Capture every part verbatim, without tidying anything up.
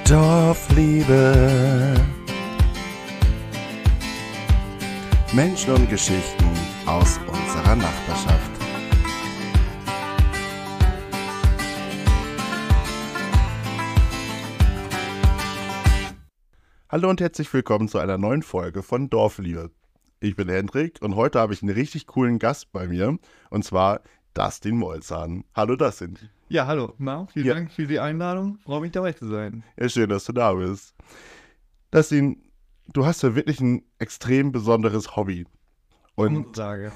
Dorfliebe. Menschen und Geschichten aus unserer Nachbarschaft. Hallo und herzlich willkommen zu einer neuen Folge von Dorfliebe. Ich bin Hendrik und heute habe ich einen richtig coolen Gast bei mir, und zwar Dustin Molzahn. Hallo Dustin. Ja, hallo. Na, vielen Ja. Dank für die Einladung. Freue mich dabei zu sein. Ja, schön, dass du da bist. Dustin, du hast ja wirklich ein extrem besonderes Hobby. Und Sage.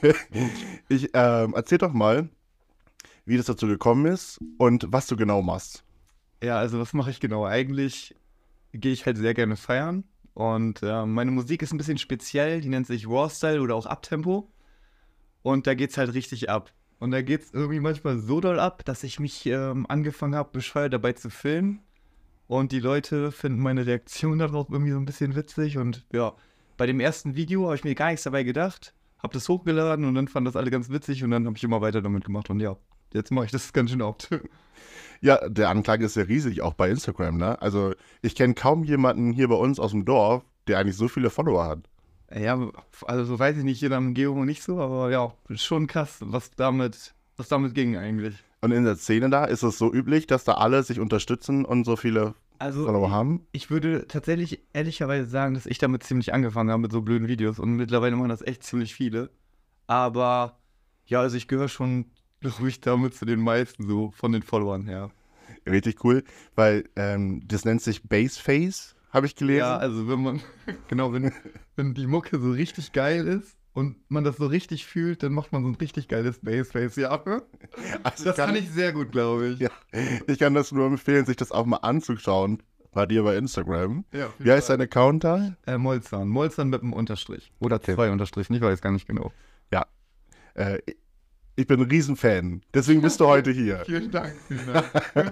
ich ähm, erzähl doch mal, wie das dazu gekommen ist und was du genau machst. Ja, also was mache ich genau? Eigentlich gehe ich halt sehr gerne feiern und äh, meine Musik ist ein bisschen speziell, die nennt sich Raw-Style oder auch Uptempo und da geht's halt richtig ab. Und da geht's irgendwie manchmal so doll ab, dass ich mich ähm, angefangen habe, bescheuert dabei zu filmen und die Leute finden meine Reaktion darauf irgendwie so ein bisschen witzig und ja, bei dem ersten Video habe ich mir gar nichts dabei gedacht, habe das hochgeladen und dann fanden das alle ganz witzig und dann habe ich immer weiter damit gemacht und ja, jetzt mache ich das ganz schön oft. Ja, der Anklang ist ja riesig, auch bei Instagram, ne? Also ich kenne kaum jemanden hier bei uns aus dem Dorf, der eigentlich so viele Follower hat. Ja, also so weiß ich nicht, jeder Umgebung nicht so, aber ja, schon krass, was damit, was damit ging eigentlich. Und in der Szene da ist es so üblich, dass da alle sich unterstützen und so viele Also Follower haben? ich würde tatsächlich ehrlicherweise sagen, dass ich damit ziemlich angefangen habe mit so blöden Videos und mittlerweile machen das echt ziemlich viele. Aber ja, also ich gehöre schon, glaube ich, damit zu den meisten so von den Followern her. Richtig cool, weil ähm, das nennt sich Bassface, habe ich gelesen. Ja, also wenn man, genau, wenn, wenn die Mucke so richtig geil ist und man das so richtig fühlt, dann macht man so ein richtig geiles Bassface, ja. Also Das kann ich sehr gut, glaube ich. Ja, ich kann das nur empfehlen, sich das auch mal anzuschauen bei dir bei Instagram. Ja, auf jeden Wie heißt Fall. dein Account da? Äh, Molzahn. Molzahn mit einem Unterstrich. Oder Okay. zwei Unterstrichen, ich weiß gar nicht genau. Ja, äh, ich bin ein Riesenfan, deswegen bist du heute hier. Vielen Dank. Vielen Dank.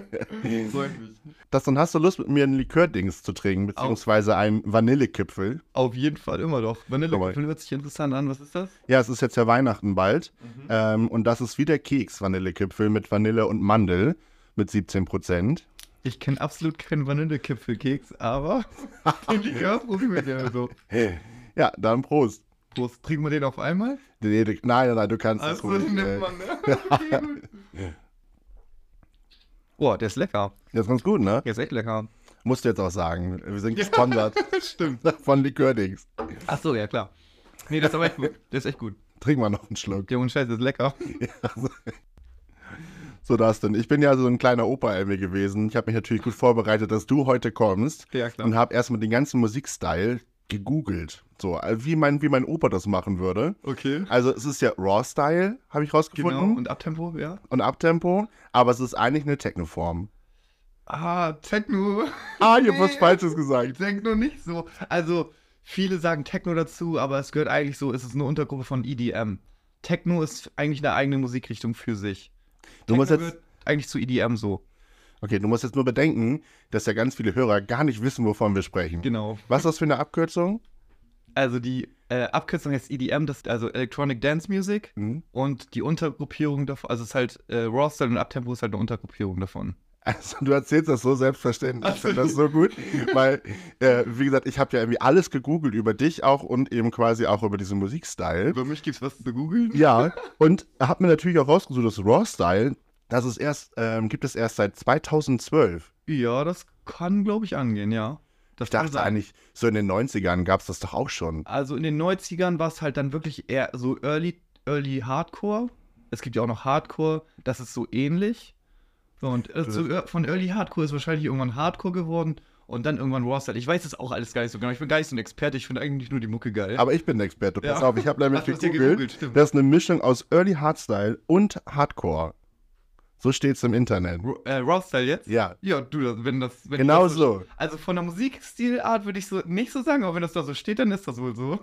Freut mich. Das, dann hast du Lust, mit mir ein Likördings zu trinken, beziehungsweise einen Vanillekipfel. Auf jeden Fall, immer doch. Guck mal. Vanillekipfel hört sich interessant an. Was ist das? Ja, es ist jetzt ja Weihnachten bald. Ähm, und das ist wie der Keks Vanillekipfel mit Vanille und Mandel mit siebzehn Prozent. Ich kenne absolut keinen Vanillekipfelkeks, aber den Likör probieren wir gerne so. Ja, dann Prost. Prost. Trinken wir den auf einmal? Nee, du- Nein, nein, nein, du kannst es Also ruhig. den äh, nimmt man, ne? Okay, gut. Boah, der ist lecker. Das ist ganz gut, ne? Der ist echt lecker. Musst du jetzt auch sagen. Wir sind gesponsert Stimmt. von Likördings. Ach so, ja klar. Nee, das ist aber echt gut. Der ist echt gut. Trink mal noch einen Schluck. Der ohne Scheiß ist lecker. So, Dustin, ich bin ja so ein kleiner Opa-Elme gewesen. Ich habe mich natürlich gut vorbereitet, dass du heute kommst. Ja, klar. Und habe erstmal den ganzen Musikstyle gegoogelt. So, also wie mein, wie mein Opa das machen würde. Okay. Also es ist ja Raw-Style, habe ich rausgefunden. Genau. Und Abtempo, ja. Und Abtempo. Aber es ist eigentlich eine Techno-Form. Ah, Techno. Ah, ich habe was Falsches gesagt. Techno nicht so. Also, viele sagen Techno dazu, aber es gehört eigentlich so, es ist eine Untergruppe von E D M. Techno ist eigentlich eine eigene Musikrichtung für sich. Du musst Techno jetzt, gehört eigentlich zu E D M so. okay, du musst jetzt nur bedenken, dass ja ganz viele Hörer gar nicht wissen, wovon wir sprechen. Genau. Was ist das für eine Abkürzung? Also die äh, Abkürzung heißt E D M, das ist also Electronic Dance Music. Mhm. Und die Untergruppierung davon, also es ist halt äh, Raw-Style und Abtempo ist halt eine Untergruppierung davon. Also du erzählst das so selbstverständlich. Ich Ach so. finde das so gut, weil, äh, wie gesagt, ich habe ja irgendwie alles gegoogelt über dich auch und eben quasi auch über diesen Musikstyle. Über mich gibt's was zu googeln? Ja, und habe mir natürlich auch rausgesucht, das Raw-Style, das ist erst, ähm, gibt es erst seit zweitausendzwölf. Ja, das kann, glaube ich, angehen, ja. Das Ich dachte eigentlich, so in den neunzigern gab es das doch auch schon. Also in den neunzigern war es halt dann wirklich eher so Early, Early Hardcore. Es gibt ja auch noch Hardcore, das ist so ähnlich. So, und äh, so, äh, von Early Hardcore ist wahrscheinlich irgendwann Hardcore geworden und dann irgendwann Raw-Style. Ich weiß das auch alles gar nicht so genau. Ich bin gar nicht so ein Experte, ich finde eigentlich nur die Mucke geil. Aber ich bin der Experte, pass Ja. auf, ich habe nämlich Hast du das hier gegoogelt. gegoogelt? Stimmt. Das ist eine Mischung aus Early Hardstyle und Hardcore. So steht's im Internet. Ro- äh, Raw-Style jetzt? Ja, Ja, du, das- wenn das... Wenn genau das so. Also von der Musikstilart würde ich so nicht so sagen, aber wenn das da so steht, dann ist das wohl so.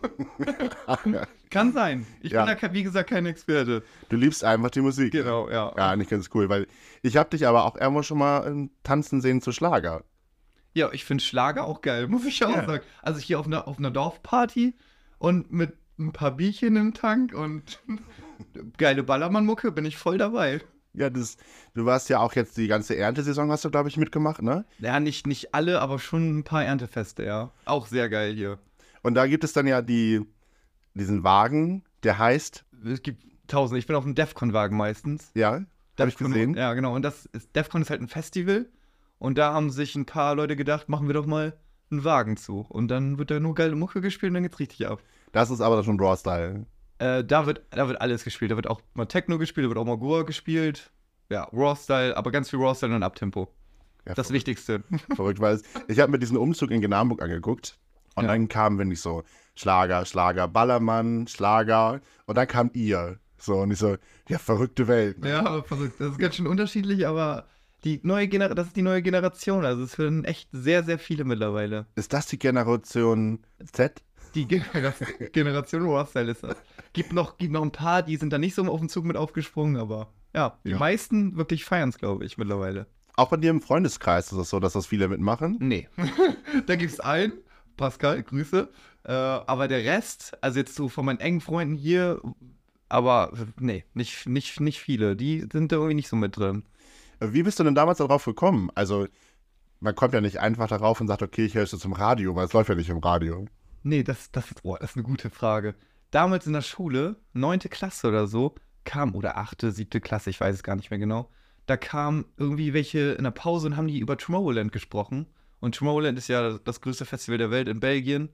Kann sein. Ich Ja. bin da, ke- wie gesagt, kein Experte. Du liebst einfach die Musik. Genau, ja. Ja, eigentlich ganz cool, weil ich habe dich aber auch irgendwo schon mal ähm, tanzen sehen zu Schlager. Ja, ich finde Schlager auch geil, muss ich auch Ja. sagen. Also hier auf einer, auf einer Dorfparty und mit ein paar Bierchen im Tank und geile Ballermann-Mucke bin ich voll dabei. Ja, das, du warst ja auch jetzt die ganze Erntesaison, hast du, glaube ich, mitgemacht, ne? Ja, nicht, nicht alle, aber schon ein paar Erntefeste, ja. Auch sehr geil hier. Und da gibt es dann ja die, diesen Wagen, der heißt, Es gibt tausend. Ich bin auf dem DEFCON-Wagen meistens. ja, habe ich DEFCON, gesehen. Ja, genau. Und das ist, DEFCON ist halt ein Festival. Und da haben sich ein paar Leute gedacht, machen wir doch mal einen Wagen zu. Und dann wird da nur geile Mucke gespielt und dann geht's richtig ab. Das ist aber schon Raw-Style. Äh, da, wird, da wird alles gespielt. Da wird auch mal Techno gespielt, da wird auch mal Goa gespielt. Ja, Raw-Style, aber ganz viel Raw-Style und Abtempo. Ja, Das verrückt, Wichtigste. verrückt, weil es, ich habe mir diesen Umzug in Genarburg angeguckt und Ja. dann kam, wenn ich so, Schlager, Schlager, Ballermann, Schlager und dann kam ihr. So, und ich so, ja, verrückte Welt. Ne? Ja, verrückt. Das ist ganz schön unterschiedlich, aber die neue Gener- das ist die neue Generation. Also es werden echt sehr, sehr viele mittlerweile. Ist das die Generation Z? Die Gener- Generation Raw-Style ist das. Gibt noch, gibt noch ein paar, die sind da nicht so auf den Zug mit aufgesprungen, aber ja, die Ja. meisten wirklich feiern es, glaube ich, mittlerweile. Auch bei dir im Freundeskreis ist es so, dass das viele mitmachen. Nee. Da gibt es einen, Pascal, Grüße. Äh, aber der Rest, also jetzt so von meinen engen Freunden hier, aber nee, nicht, nicht, nicht viele. Die sind da irgendwie nicht so mit drin. Wie bist du denn damals darauf gekommen? Also, man kommt ja nicht einfach darauf und sagt, okay, ich höre es jetzt im Radio, weil es läuft ja nicht im Radio. Nee, das, das, boah, das ist eine gute Frage. Damals in der Schule, neunte Klasse oder so, kam, oder achte, siebte Klasse, ich weiß es gar nicht mehr genau, da kamen irgendwie welche in der Pause und haben die über Tomorrowland gesprochen. Und Tomorrowland ist ja das größte Festival der Welt in Belgien.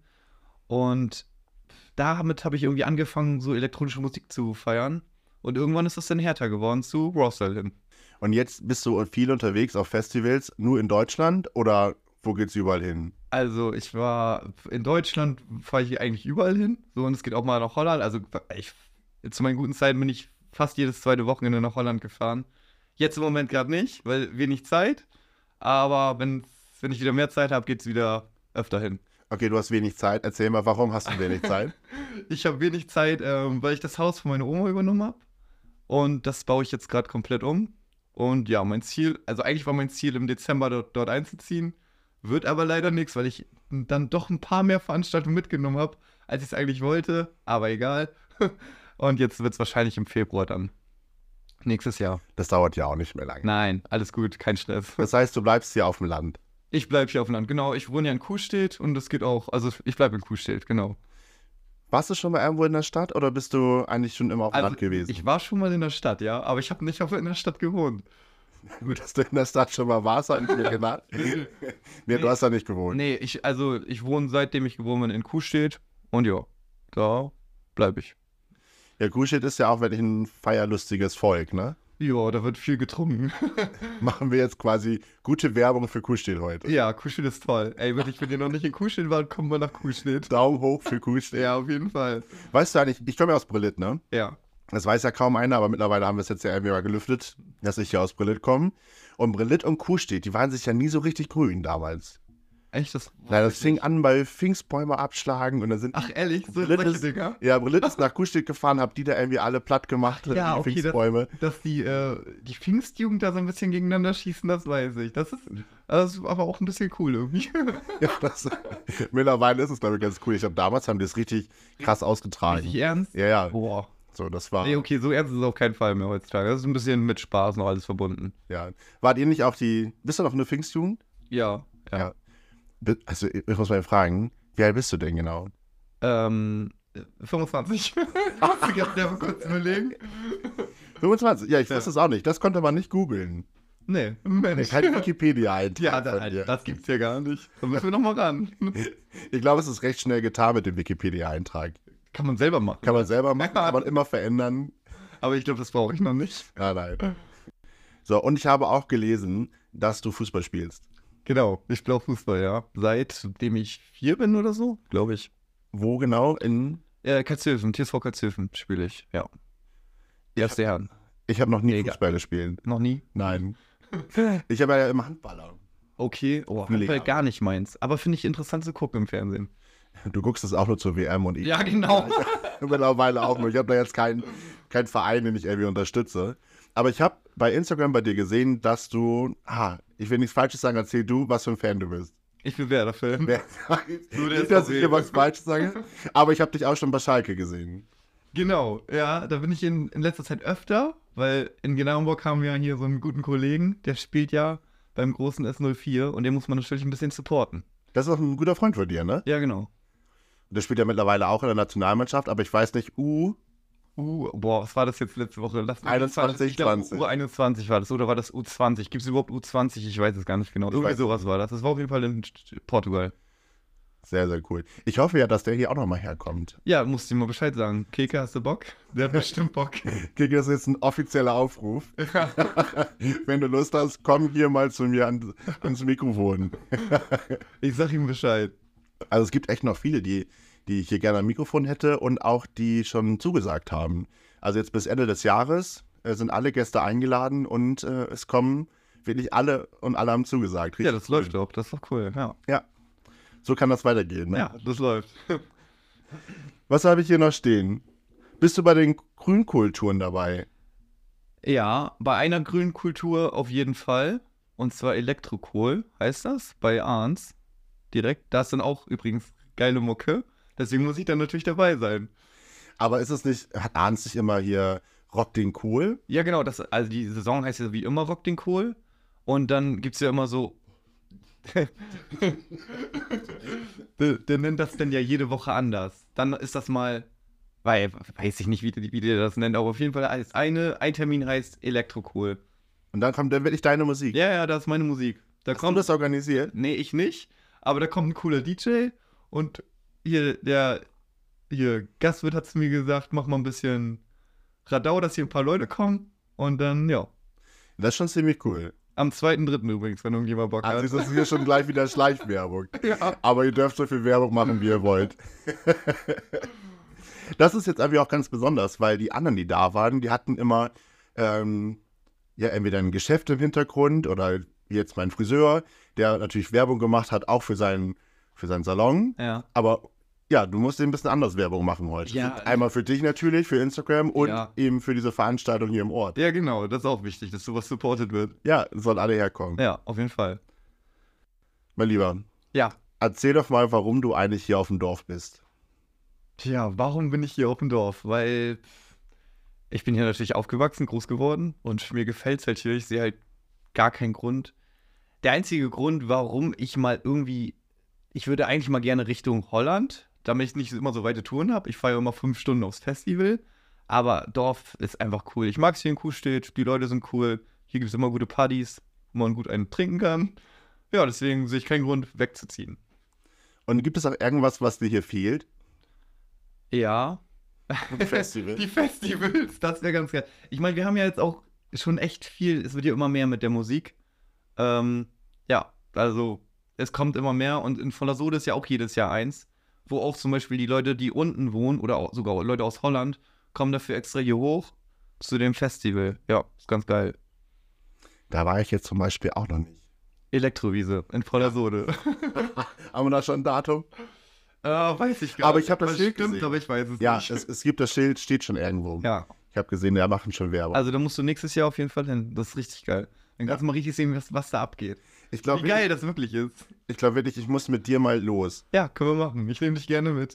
Und damit habe ich irgendwie angefangen, so elektronische Musik zu feiern. Und irgendwann ist das dann härter geworden zu Raw-Style hin. Und jetzt bist du viel unterwegs auf Festivals, nur in Deutschland oder wo geht's überall hin? Also ich war in Deutschland, fahre ich eigentlich überall hin. So, und es geht auch mal nach Holland. Also ich, zu meinen guten Zeiten bin ich fast jedes zweite Wochenende nach Holland gefahren. Jetzt im Moment gerade nicht, weil wenig Zeit. Aber wenn, wenn ich wieder mehr Zeit habe, geht es wieder öfter hin. Okay, du hast wenig Zeit. Erzähl mal, warum hast du wenig Zeit? Ich habe wenig Zeit, ähm, weil ich das Haus von meiner Oma übernommen habe. Und das baue ich jetzt gerade komplett um. Und ja, mein Ziel, also eigentlich war mein Ziel, im Dezember dort, dort einzuziehen. Wird aber leider nichts, weil ich dann doch ein paar mehr Veranstaltungen mitgenommen habe, als ich es eigentlich wollte. Aber egal. Und jetzt wird es wahrscheinlich im Februar dann. Nächstes Jahr. Das dauert ja auch nicht mehr lange. Nein, alles gut, kein Stress. Das heißt, du bleibst hier auf dem Land. Ich bleibe hier auf dem Land, genau. Ich wohne ja in Kuhstedt und das geht auch. Also ich bleibe in Kuhstedt, genau. Warst du schon mal irgendwo in der Stadt oder bist du eigentlich schon immer auf dem Also Land gewesen? ich war schon mal in der Stadt, ja, aber ich habe nicht auf in der Stadt gewohnt. Gut, dass du in der Stadt schon mal warst, habe ich mir gedacht. Nee, Nee. du hast da nicht gewohnt. Nee, ich, also ich wohne, seitdem ich geboren bin, in Kuhstedt und ja, da bleibe ich. Ja, Kuhstedt ist ja auch wirklich ein feierlustiges Volk, ne? Ja, da wird viel getrunken. Machen wir jetzt quasi gute Werbung für Kuhstedt heute. Ja, Kuhstedt ist toll. Ey, wirklich, wenn ihr noch nicht in Kuhstedt wart, kommt mal nach Kuhstedt. Daumen hoch für Kuhstedt. Ja, auf jeden Fall. Weißt du eigentlich, ich komme ja aus Brillit, ne? Ja. Das weiß ja kaum einer, aber mittlerweile haben wir es jetzt ja irgendwie mal gelüftet, dass ich hier aus Brillit komme. Und Brillit und Kuhstedt, die waren sich ja nie so richtig grün damals. Echt? Das, Na, das fing an bei Pfingstbäume abschlagen und dann sind Ach, ehrlich? So Brillit solche ist, Dinger? ja, Brillit ist nach Kuhstedt gefahren, hab die da irgendwie alle platt gemacht, Ja, die okay, Pfingstbäume. Dass die, äh, die Pfingstjugend da so ein bisschen gegeneinander schießen, das weiß ich. Das ist, das ist aber auch ein bisschen cool irgendwie. Ja, das, mittlerweile ist es, glaube ich, ganz cool. Ich glaube, damals haben die es richtig krass ausgetragen. Richtig ernst? Ja, ja. Boah. So, das war. Nee, okay, so ernst ist es auf keinen Fall mehr heutzutage. Das ist ein bisschen mit Spaß noch alles verbunden. Ja. Wart ihr nicht auch die. Bist du noch eine Pfingstjugend? Ja. Ja. Ja. Bi- Also, ich muss mal fragen, wie alt bist du denn genau? Ähm, fünfundzwanzig. Ich muss mir mal kurz überlegen. fünfundzwanzig? Ja, ich Ja. wusste es auch nicht. Das konnte man nicht googeln. Nee, Mensch. Kein Wikipedia-Eintrag. Ja, da, von dir. das gibt's ja gar nicht. Da müssen wir nochmal ran. Ich glaube, es ist recht schnell getan mit dem Wikipedia-Eintrag. Kann man selber machen. Kann man selber machen, kann man immer verändern. Aber ich glaube, das brauche ich noch nicht. Ja, nein. So, und ich habe auch gelesen, dass du Fußball spielst. Genau, ich spiele auch Fußball, ja. Seitdem ich vier bin oder so, glaube ich. Wo genau? In. Äh, Katzhöfen, T S V Katzhöfen spiele ich, ja. Erste Herren. Ich habe noch nie Mega. Fußball gespielt. Noch nie? Nein. Ich habe ja immer Handballer. Okay, oh, Nee, Handball ja. gar nicht meins. Aber finde ich interessant zu gucken im Fernsehen. Du guckst es auch nur zur W M und ich Ja, genau. mittlerweile auch nur. Ich habe da jetzt keinen kein Verein, den ich irgendwie unterstütze. Aber ich habe bei Instagram bei dir gesehen, dass du, ah, ich will nichts Falsches sagen, erzähl du, was für ein Fan du bist. Ich bin Werder-Fan. Wer- Nur der Nicht, dass ich S V W. hier was Falsches sage, aber ich habe dich auch schon bei Schalke gesehen. Genau, ja, da bin ich in, in letzter Zeit öfter, weil in Genauenburg haben wir ja hier so einen guten Kollegen, der spielt ja beim großen S null vier und den muss man natürlich ein bisschen supporten. Das ist auch ein guter Freund von dir, ne? Ja, genau. Der spielt ja mittlerweile auch in der Nationalmannschaft, aber ich weiß nicht, U Uh, boah, was war das jetzt letzte Woche? Lass mich- einundzwanzig, ich glaub, zwanzig. U einundzwanzig war das, oder war das U zwanzig? Gibt es überhaupt U zwanzig? Ich weiß es gar nicht genau. Irgendwie weiß sowas war das. Das war auf jeden Fall in Portugal. Sehr, sehr cool. Ich hoffe ja, dass der hier auch nochmal herkommt. Ja, musst du ihm mal Bescheid sagen. Keke, hast du Bock? Der hat bestimmt Bock. Kiki, das ist jetzt ein offizieller Aufruf. Wenn du Lust hast, komm hier mal zu mir an, ans Mikrofon. Ich sag ihm Bescheid. Also es gibt echt noch viele, die, die ich hier gerne am Mikrofon hätte und auch die schon zugesagt haben. Also jetzt bis Ende des Jahres äh, sind alle Gäste eingeladen und äh, es kommen wirklich alle und alle haben zugesagt. Richtig Ja, das cool. läuft doch. Das ist doch cool. Ja, Ja, so kann das weitergehen. Ne? ja das läuft. Was habe ich hier noch stehen? Bist du bei den Grünkulturen dabei? Ja, bei einer grünen Kultur auf jeden Fall. Und zwar Elektrokohl heißt das, bei Arns. Direkt. Da ist dann auch übrigens geile Mucke. Deswegen muss ich dann natürlich dabei sein. Aber ist es nicht, hat Arndt sich immer hier Rock den Kohl? Ja, genau. Das, also die Saison heißt ja wie immer Rock den Kohl. Und dann gibt es ja immer so. der, der nennt das dann ja jede Woche anders. Dann ist das mal. Weil, weiß ich nicht, wie, die- wie der das nennt, aber auf jeden Fall heißt eine, ein Termin heißt Elektrokohl. Und dann kommt dann wirklich deine Musik. Ja, ja, das ist meine Musik. Da Hast du kommt. das organisiert? Nee, ich nicht. Aber da kommt ein cooler D J und hier der hier Gastwirt hat zu mir gesagt, mach mal ein bisschen Radau, dass hier ein paar Leute kommen. Und dann, ja. Das ist schon ziemlich cool. Am zweiten dritten übrigens, wenn irgendjemand Bock hat. Also ist das hier schon gleich wieder Schleichwerbung. Ja. Aber ihr dürft so viel Werbung machen, wie ihr wollt. Das ist jetzt irgendwie auch ganz besonders, weil die anderen, die da waren, die hatten immer ähm, ja entweder ein Geschäft im Hintergrund oder wie jetzt mein Friseur, der natürlich Werbung gemacht hat, auch für seinen, für seinen Salon. Ja. Aber ja, du musst ein bisschen anders Werbung machen heute. Ja. Einmal für dich natürlich, für Instagram und Ja. eben für diese Veranstaltung hier im Ort. Ja, genau, das ist auch wichtig, dass sowas supported wird. Ja, sollen alle herkommen. Ja, auf jeden Fall. Mein Lieber, Ja. erzähl doch mal, warum du eigentlich hier auf dem Dorf bist. Tja, warum bin ich hier auf dem Dorf? Weil ich bin hier natürlich aufgewachsen, groß geworden und mir gefällt es halt hier. Ich sehe halt gar keinen Grund. Der einzige Grund, warum ich mal irgendwie, ich würde eigentlich mal gerne Richtung Holland, damit ich nicht immer so weite Touren habe. Ich fahre ja immer fünf Stunden aufs Festival, aber Dorf ist einfach cool. Ich mag es hier in Kuhstedt, die Leute sind cool, hier gibt es immer gute Partys, wo man gut einen trinken kann. Ja, deswegen sehe ich keinen Grund, wegzuziehen. Und gibt es auch irgendwas, was dir hier fehlt? Ja. Festival. Die Festivals, das wäre ganz geil. Ich meine, wir haben ja jetzt auch schon echt viel, es wird ja immer mehr mit der Musik. Ähm, ja, also es kommt immer mehr und in Vollersode ist ja auch jedes Jahr eins, wo auch zum Beispiel die Leute, die unten wohnen oder auch sogar Leute aus Holland, kommen dafür extra hier hoch zu dem Festival. Ja, ist ganz geil. Da war ich jetzt zum Beispiel auch noch nicht. Elektrowiese in Vollersode. Haben wir da schon ein Datum? äh, weiß ich gar Aber nicht. ich habe das Schild stimmt, gesehen. aber ich weiß es Ja, nicht. es, es gibt das Schild, steht schon irgendwo. ja, Ich habe gesehen, wir machen schon Werbung. also da musst du nächstes Jahr auf jeden Fall hin. Das ist richtig geil. Dann kannst du mal richtig sehen, was, was da abgeht. ich Wie glaube geil das wirklich ist. ich glaub wirklich, ich muss mit dir mal los. Ja, können wir machen. Ich nehme dich gerne mit.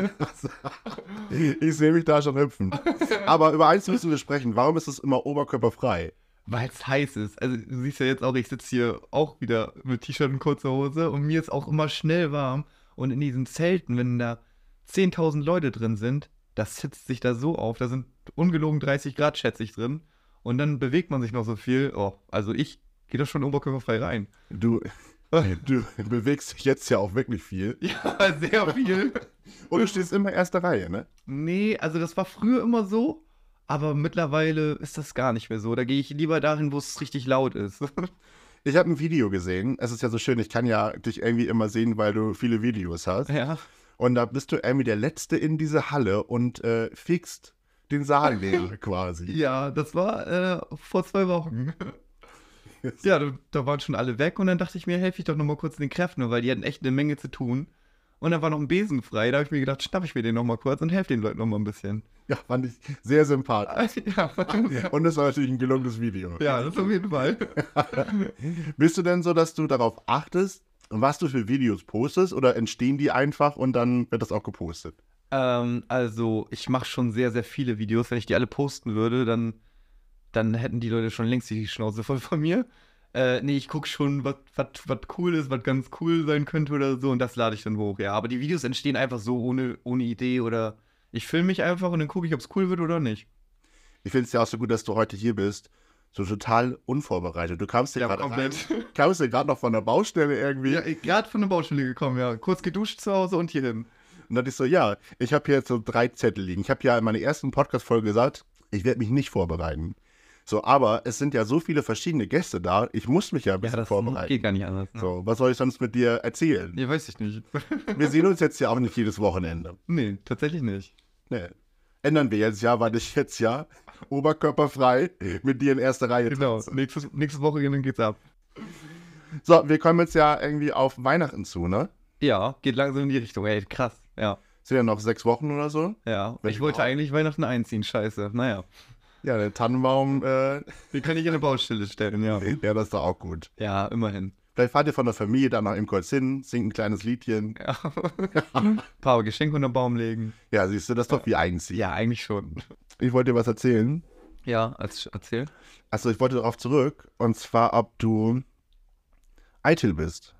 Ich sehe mich da schon hüpfen. Aber über eins müssen wir sprechen. Warum ist es immer oberkörperfrei? Weil es heiß ist. Also du siehst ja jetzt auch, ich sitze hier auch wieder mit T-Shirt und kurzer Hose und mir ist auch immer schnell warm. Und in diesen Zelten, wenn da zehntausend Leute drin sind, das hitzt sich da so auf. Da sind ungelogen dreißig Grad, schätze ich, drin. Und dann bewegt man sich noch so viel. Oh, also ich gehe da schon oberkörperfrei rein. Du, du bewegst dich jetzt ja auch wirklich viel. Ja, sehr viel. Und du stehst immer erste Reihe, ne? Nee, also das war früher immer so, aber mittlerweile ist das gar nicht mehr so. Da gehe ich lieber dahin, wo es richtig laut ist. Ich habe ein Video gesehen. Es ist ja so schön, ich kann ja dich irgendwie immer sehen, weil du viele Videos hast. Ja. Und da bist du irgendwie der Letzte in diese Halle und äh, fixt den Saal leer quasi. Ja, das war äh, vor zwei Wochen. Ja, da, da waren schon alle weg und dann dachte ich mir, helfe ich doch nochmal kurz den Kräften, weil die hatten echt eine Menge zu tun. Und dann war noch ein Besen frei, da habe ich mir gedacht, schnapp ich mir den nochmal kurz und helfe den Leuten nochmal ein bisschen. Ja, fand ich sehr sympathisch. Ja, Und es war natürlich ein gelungenes Video. ja, das auf jeden Fall. Bist du denn so, dass du darauf achtest, was du für Videos postest oder entstehen die einfach und dann wird das auch gepostet? Ähm, also, ich mache schon sehr, sehr viele Videos. Wenn ich die alle posten würde, dann, dann hätten die Leute schon längst die Schnauze voll von mir. Äh, nee, ich gucke schon, was cool ist, was ganz cool sein könnte oder so. Und das lade ich dann hoch, ja. Aber die Videos entstehen einfach so ohne, ohne Idee oder ich filme mich einfach und dann gucke ich, ob es cool wird oder nicht. Ich finde es ja auch so gut, dass du heute hier bist. So total unvorbereitet. Du kamst hier Ja, gerade rein, komplett. kamst hier gerade noch von der Baustelle irgendwie. Ja, gerade von der Baustelle gekommen, ja. Kurz geduscht zu Hause und hierhin. Und dann ich so, ja, ich habe hier jetzt so drei Zettel liegen. Ich habe ja in meiner ersten Podcast-Folge gesagt, ich werde mich nicht vorbereiten. So, aber es sind ja so viele verschiedene Gäste da, ich muss mich ja ein Ja, bisschen das vorbereiten. geht gar nicht anders. Ne? So, was soll ich sonst mit dir erzählen? Nee, weiß ich nicht. Wir sehen uns jetzt ja auch nicht jedes Wochenende. Nee, tatsächlich nicht. Nee. Ändern wir jetzt ja, weil ich jetzt ja oberkörperfrei mit dir in erster Reihe Genau, tanze. nächstes, nächste Woche dann geht's ab. So, wir kommen jetzt ja irgendwie auf Weihnachten zu, ne? Ja, geht langsam in die Richtung. Ey, krass. Ja, Sind ja noch sechs Wochen oder so. ja. Wenn Ich wollte überhaupt. eigentlich Weihnachten einziehen, scheiße. Naja, Ja, der Tannenbaum, äh, den kann ich in eine Baustelle stellen, ja. ja, das ist doch auch gut. Ja, immerhin. Vielleicht fahrt ihr von der Familie dann noch eben kurz hin, singt ein kleines Liedchen. Ja. Ein paar Geschenke unter den Baum legen. Ja, siehst du, das ist doch wie einziehen. Ja, eigentlich schon. Ich wollte dir was erzählen. Ja, als, erzähl. Also ich wollte darauf zurück, und zwar, ob du eitel bist.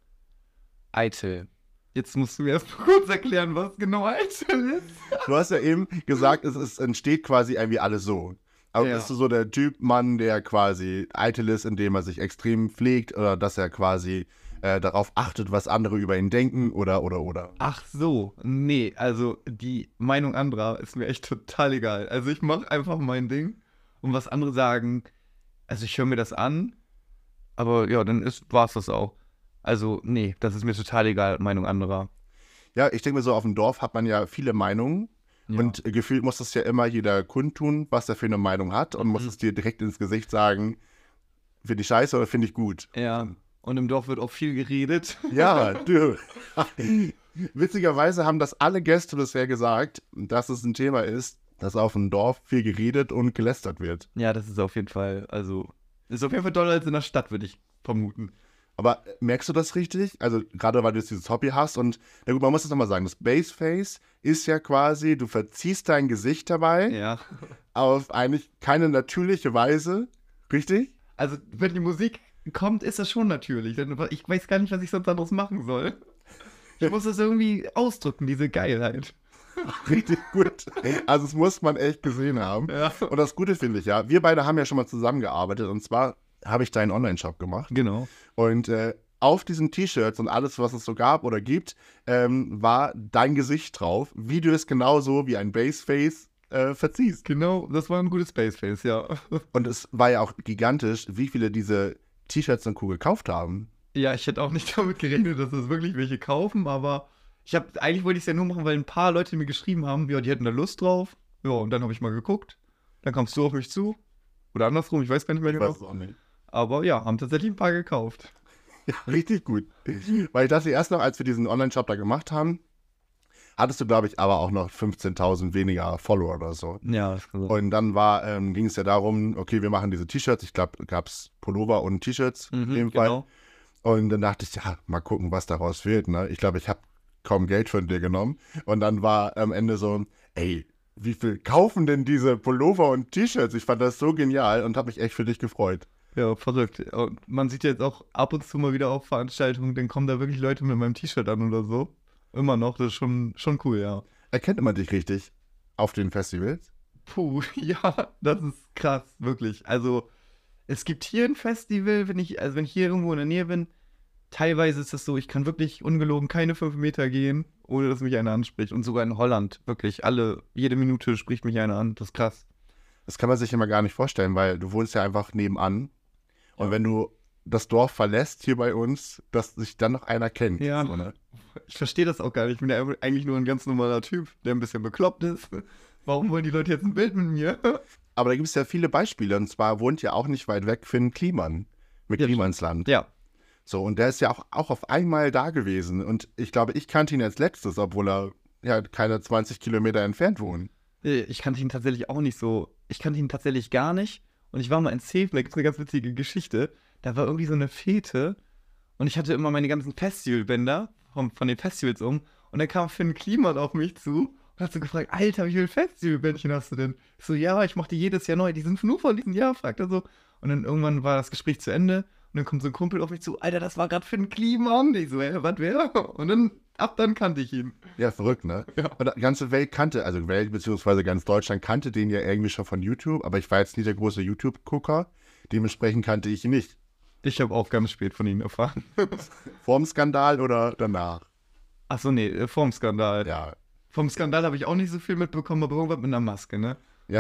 Eitel. Jetzt musst du mir erst mal kurz erklären, was genau Eitel ist. Du hast ja eben gesagt, es, es entsteht quasi irgendwie alles so. Aber Ja. bist du so der Typ Mann, der quasi eitel ist, indem er sich extrem pflegt oder dass er quasi äh, darauf achtet, was andere über ihn denken oder, oder, oder? Ach so, nee, also die Meinung anderer ist mir echt total egal. Also ich mache einfach mein Ding und was andere sagen, also ich höre mir das an, aber ja, dann ist, war's das auch. Also nee, das ist mir total egal, Meinung anderer. Ja, ich denke mir so, auf dem Dorf hat man ja viele Meinungen. Ja. Und äh, gefühlt muss das ja immer jeder kundtun, was er für eine Meinung hat und muss Mhm. es dir direkt ins Gesicht sagen, finde ich scheiße oder finde ich gut. Ja, und im Dorf wird auch viel geredet. Ja, du. Witzigerweise haben das alle Gäste bisher gesagt, dass es ein Thema ist, dass auf dem Dorf viel geredet und gelästert wird. Ja, das ist auf jeden Fall, also, ist auf jeden Fall doller als in der Stadt, würde ich vermuten. Aber merkst du das richtig? Also gerade weil du jetzt dieses Hobby hast und, na gut, man muss das nochmal sagen, das Baseface ist ja quasi, du verziehst dein Gesicht dabei Ja. auf eigentlich keine natürliche Weise, richtig? Also, wenn die Musik kommt, ist das schon natürlich. Denn ich weiß gar nicht, was ich sonst anderes machen soll. Ich muss das irgendwie ausdrücken, diese Geilheit. Richtig gut. Also das muss man echt gesehen haben. Ja. Und das Gute finde ich ja, wir beide haben ja schon mal zusammengearbeitet und zwar habe ich deinen Online-Shop gemacht. Genau. Und äh, auf diesen T-Shirts und alles, was es so gab oder gibt, ähm, war dein Gesicht drauf, wie du es genauso wie ein Baseface äh, verziehst. Genau, das war ein gutes Spaceface, ja. Und es war ja auch gigantisch, wie viele diese T-Shirts und Co. gekauft haben. Ja, ich hätte auch nicht damit gerechnet, dass das wirklich welche kaufen, aber ich habe eigentlich wollte ich es ja nur machen, weil ein paar Leute mir geschrieben haben, ja, die hätten da Lust drauf. Ja, und dann habe ich mal geguckt. Dann kamst du auf mich zu. Oder andersrum, ich weiß gar nicht mehr Ich genau. weiß es auch nicht. Aber ja, haben tatsächlich ein paar gekauft. Ja, richtig gut. Weil ich dachte erst noch, als wir diesen Online-Shop da gemacht haben, hattest du, glaube ich, aber auch noch fünfzehntausend weniger Follower oder so. Ja, das kann sein. Und dann war, ähm, ging es ja darum, okay, wir machen diese T-Shirts. Ich glaube, gab es Pullover und T-Shirts in dem Fall. genau. Und dann dachte ich, ja, mal gucken, was daraus wird. Ne? Ich glaube, ich habe kaum Geld von dir genommen. Und dann war am Ende so, ey, wie viel kaufen denn diese Pullover und T-Shirts? Ich fand das so genial und habe mich echt für dich gefreut. Ja, verrückt. Und man sieht jetzt auch ab und zu mal wieder auf Veranstaltungen, dann kommen da wirklich Leute mit meinem T-Shirt an oder so. Immer noch, das ist schon, schon cool, ja. Erkennt man dich richtig auf den Festivals? Puh, ja, das ist krass, wirklich. Also, es gibt hier ein Festival, wenn ich, also wenn ich hier irgendwo in der Nähe bin, teilweise ist es so, ich kann wirklich ungelogen keine fünf Meter gehen, ohne dass mich einer anspricht. Und sogar in Holland, wirklich, alle, jede Minute spricht mich einer an. Das ist krass. Das kann man sich immer gar nicht vorstellen, weil du wohnst ja einfach nebenan. Und Ja. wenn du das Dorf verlässt hier bei uns, dass sich dann noch einer kennt. Ja. So, ne? Ich verstehe das auch gar nicht. Ich bin ja eigentlich nur ein ganz normaler Typ, der ein bisschen bekloppt ist. Warum wollen die Leute jetzt ein Bild mit mir? Aber da gibt es ja viele Beispiele. Und zwar wohnt ja auch nicht weit weg Finn Kliman mit Ja, Klimansland. Ja. So, und der ist ja auch, auch auf einmal da gewesen. Und ich glaube, ich kannte ihn als letztes, obwohl er ja keine zwanzig Kilometer entfernt wohnt. Ich kannte ihn tatsächlich auch nicht so. Ich kannte ihn tatsächlich gar nicht. Und ich war mal in Zeven, da gibt es eine ganz witzige Geschichte. Da war irgendwie so eine Fete. Und ich hatte immer meine ganzen Festivalbänder von, von den Festivals um. Und dann kam Finn Kliman auf mich zu Und hat so gefragt, Alter, wie viele Festivalbändchen hast du denn? Ich so, ja, ich mach die jedes Jahr neu, die sind nur von diesem Jahr, fragt er so. Und dann irgendwann war das Gespräch zu Ende und dann kommt so ein Kumpel auf mich zu, Alter, das war gerade für einen Kliman. Ich so, ey, was, wer? Und dann, ab dann kannte ich ihn. Ja, verrückt, ne? Ja. Und die ganze Welt kannte, also Welt beziehungsweise ganz Deutschland kannte den ja irgendwie schon von YouTube, aber ich war jetzt nicht der große YouTube-Gucker, dementsprechend kannte ich ihn nicht. Ich habe auch ganz spät von ihm erfahren. Vorm Skandal oder danach? Achso, nee, äh, vorm Skandal. Ja. Vom Skandal habe ich auch nicht so viel mitbekommen, aber irgendwas mit einer Maske, ne? Ja.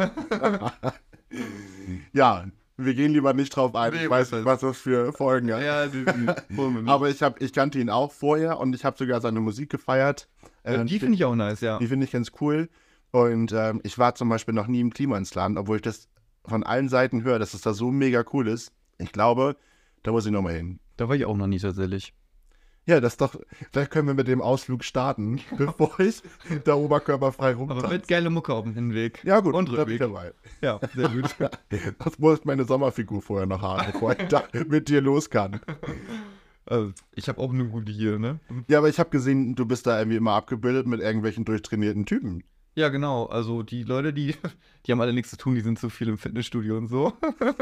Ja, wir gehen lieber nicht drauf ein. Nee, Ich weiß nicht, was das für Folgen hat. Ja, die, die, Aber ich, hab, ich kannte ihn auch vorher und ich habe sogar seine Musik gefeiert. ja, die finde ich auch nice, ja. Die finde ich ganz cool. Und ähm, ich war zum Beispiel noch nie im Klimansland, obwohl ich das von allen Seiten höre, dass es da so mega cool ist. Ich glaube, da muss ich nochmal hin. Da war ich auch noch nie tatsächlich. Ja, das ist doch, vielleicht können wir mit dem Ausflug starten, bevor ich da oberkörperfrei Aber rumtanze. mit geile Mucke auf dem Hinweg. Ja gut, Und da bin ich Rückweg. dabei. Ja, sehr gut. Das muss meine Sommerfigur vorher noch haben, bevor ich da mit dir los kann. Also, ich habe auch eine gute hier, ne? Ja, aber ich habe gesehen, du bist da irgendwie immer abgebildet mit irgendwelchen durchtrainierten Typen. Ja, genau. Also die Leute, die, die haben alle nichts zu tun, die sind zu viel im Fitnessstudio und so.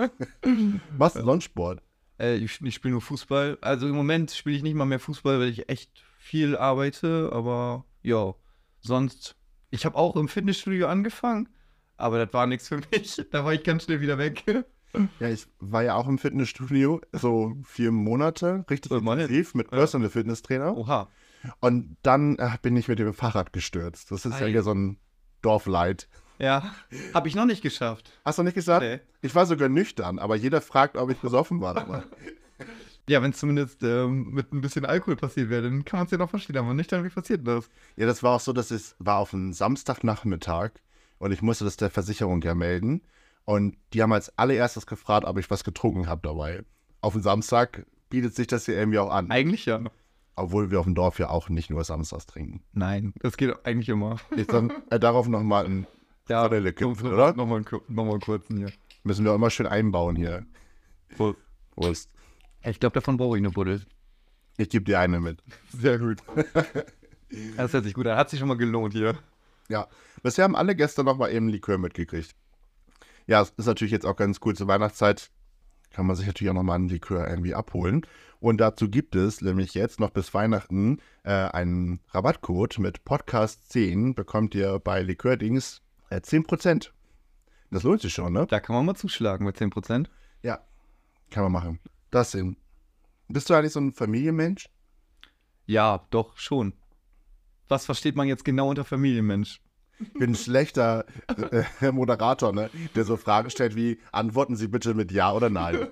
Was ist sonst Sport? Äh, ich ich spiele nur Fußball. Also im Moment spiele ich nicht mal mehr Fußball, weil ich echt viel arbeite. Aber ja, sonst. Ich habe auch im Fitnessstudio angefangen, aber das war nichts für mich. Da war ich ganz schnell wieder weg. Ja, ich war ja auch im Fitnessstudio, so vier Monate, richtig Immerhin. intensiv mit Ja. Personal Fitness Trainer. Oha. Und dann äh, bin ich mit dem Fahrrad gestürzt. Das ist ja Ei. hier so ein Dorfleid. Ja, habe ich noch nicht geschafft. Hast du nicht gesagt? Nee. Ich war sogar nüchtern, aber jeder fragt, ob ich besoffen war dabei. Ja, wenn es zumindest ähm, mit ein bisschen Alkohol passiert wäre, dann kann man es ja noch verstehen. Aber nicht dann, wie passiert das? Ja, das war auch so, dass es war auf einen Samstagnachmittag und ich musste das der Versicherung ja melden. Und die haben als allererstes gefragt, ob ich was getrunken habe dabei. Auf den Samstag bietet sich das ja irgendwie auch an. Eigentlich ja. Obwohl wir auf dem Dorf ja auch nicht nur samstags trinken. Nein, das geht eigentlich immer. Jetzt dann äh, darauf nochmal ein Ja, Vanille kippen, oder? Nochmal noch mal kurz hier. Müssen wir auch immer schön einbauen hier. Prost. Ich glaube, davon brauche ich eine Buddel. Ich gebe dir eine mit. Sehr gut. Das hört sich gut an. Hat sich schon mal gelohnt hier. Ja, bisher haben alle gestern nochmal eben Likör mitgekriegt. Ja, es ist natürlich jetzt auch ganz cool zur Weihnachtszeit. Kann man sich natürlich auch nochmal einen Likör irgendwie abholen. Und dazu gibt es nämlich jetzt noch bis Weihnachten äh, einen Rabattcode mit Podcast zehn. Bekommt ihr bei Likördings äh, zehn Prozent. Das lohnt sich schon, ne? Da kann man mal zuschlagen mit zehn Prozent. Ja, kann man machen. Das sind. Bist du eigentlich so ein Familienmensch? Ja, doch, schon. Was versteht man jetzt genau unter Familienmensch? Ich bin ein schlechter äh, Moderator, ne? Der so Fragen stellt wie, antworten Sie bitte mit Ja oder Nein.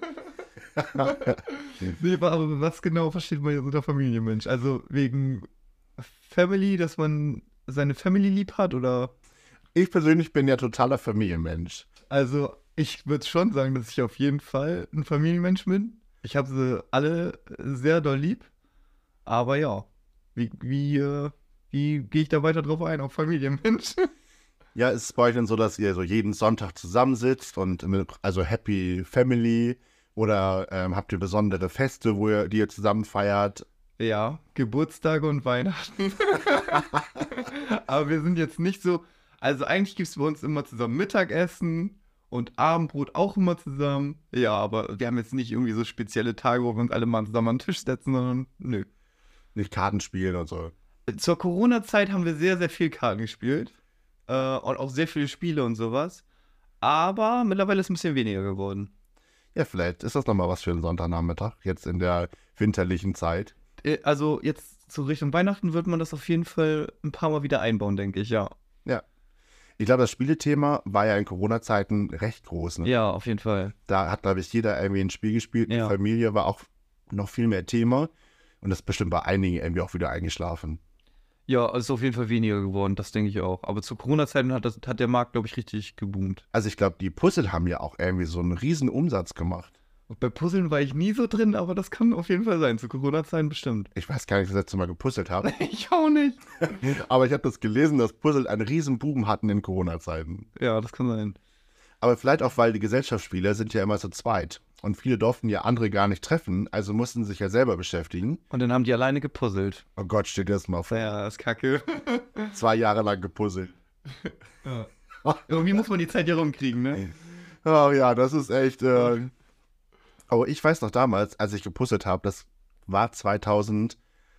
Nee, aber was genau versteht man jetzt unter Familienmensch? Also wegen Family, dass man seine Family lieb hat oder? Ich persönlich bin ja totaler Familienmensch. Also ich würde schon sagen, dass ich auf jeden Fall ein Familienmensch bin. Ich habe sie alle sehr doll lieb. Aber ja, wie, wie, äh, wie gehe ich da weiter drauf ein, auf Familienmensch? Ja, ist es bei euch denn so, dass ihr so jeden Sonntag zusammensitzt und mit, also Happy Family oder ähm, habt ihr besondere Feste, wo ihr, die ihr zusammen feiert? Ja, Geburtstage und Weihnachten. Aber wir sind jetzt nicht so, also eigentlich gibt es bei uns immer zusammen Mittagessen und Abendbrot auch immer zusammen. Ja, aber wir haben jetzt nicht irgendwie so spezielle Tage, wo wir uns alle mal zusammen an den Tisch setzen, sondern nö. Nicht Karten spielen und so. Zur Corona-Zeit haben wir sehr, sehr viel Karten gespielt. Äh, und auch sehr viele Spiele und sowas. Aber mittlerweile ist es ein bisschen weniger geworden. Ja, vielleicht ist das nochmal was für einen Sonntagnachmittag, jetzt in der winterlichen Zeit. Äh, Also jetzt so Richtung Weihnachten wird man das auf jeden Fall ein paar Mal wieder einbauen, denke ich, ja. Ja. Ich glaube, das Spielethema war ja in Corona-Zeiten recht groß. Ne? Ja, auf jeden Fall. Da hat, glaube ich, jeder irgendwie ein Spiel gespielt. Ja. Die Familie war auch noch viel mehr Thema. Und das ist bestimmt bei einigen irgendwie auch wieder eingeschlafen. Ja, es ist auf jeden Fall weniger geworden, das denke ich auch. Aber zu Corona-Zeiten hat, das- hat der Markt, glaube ich, richtig geboomt. Also ich glaube, die Puzzle haben ja auch irgendwie so einen riesen Umsatz gemacht. Und bei Puzzeln war ich nie so drin, aber das kann auf jeden Fall sein. Zu Corona-Zeiten bestimmt. Ich weiß gar nicht, dass ich das letzte Mal gepuzzelt habe. Ich auch nicht. Aber ich habe das gelesen, dass Puzzle einen riesen Boom hatten in Corona-Zeiten. Ja, das kann sein. Aber vielleicht auch, weil die Gesellschaftsspiele sind ja immer zu zweit. und viele durften ja andere gar nicht treffen, also mussten sich ja selber beschäftigen. Und dann haben die alleine gepuzzelt. Oh Gott, stell dir das mal vor. Ja, das ist kacke. Zwei Jahre lang gepuzzelt. Ja. Irgendwie muss man die Zeit hier rumkriegen, ne? Oh ja, das ist echt. Äh... Aber ich weiß noch damals, als ich gepuzzelt habe, das war zweitausendelf.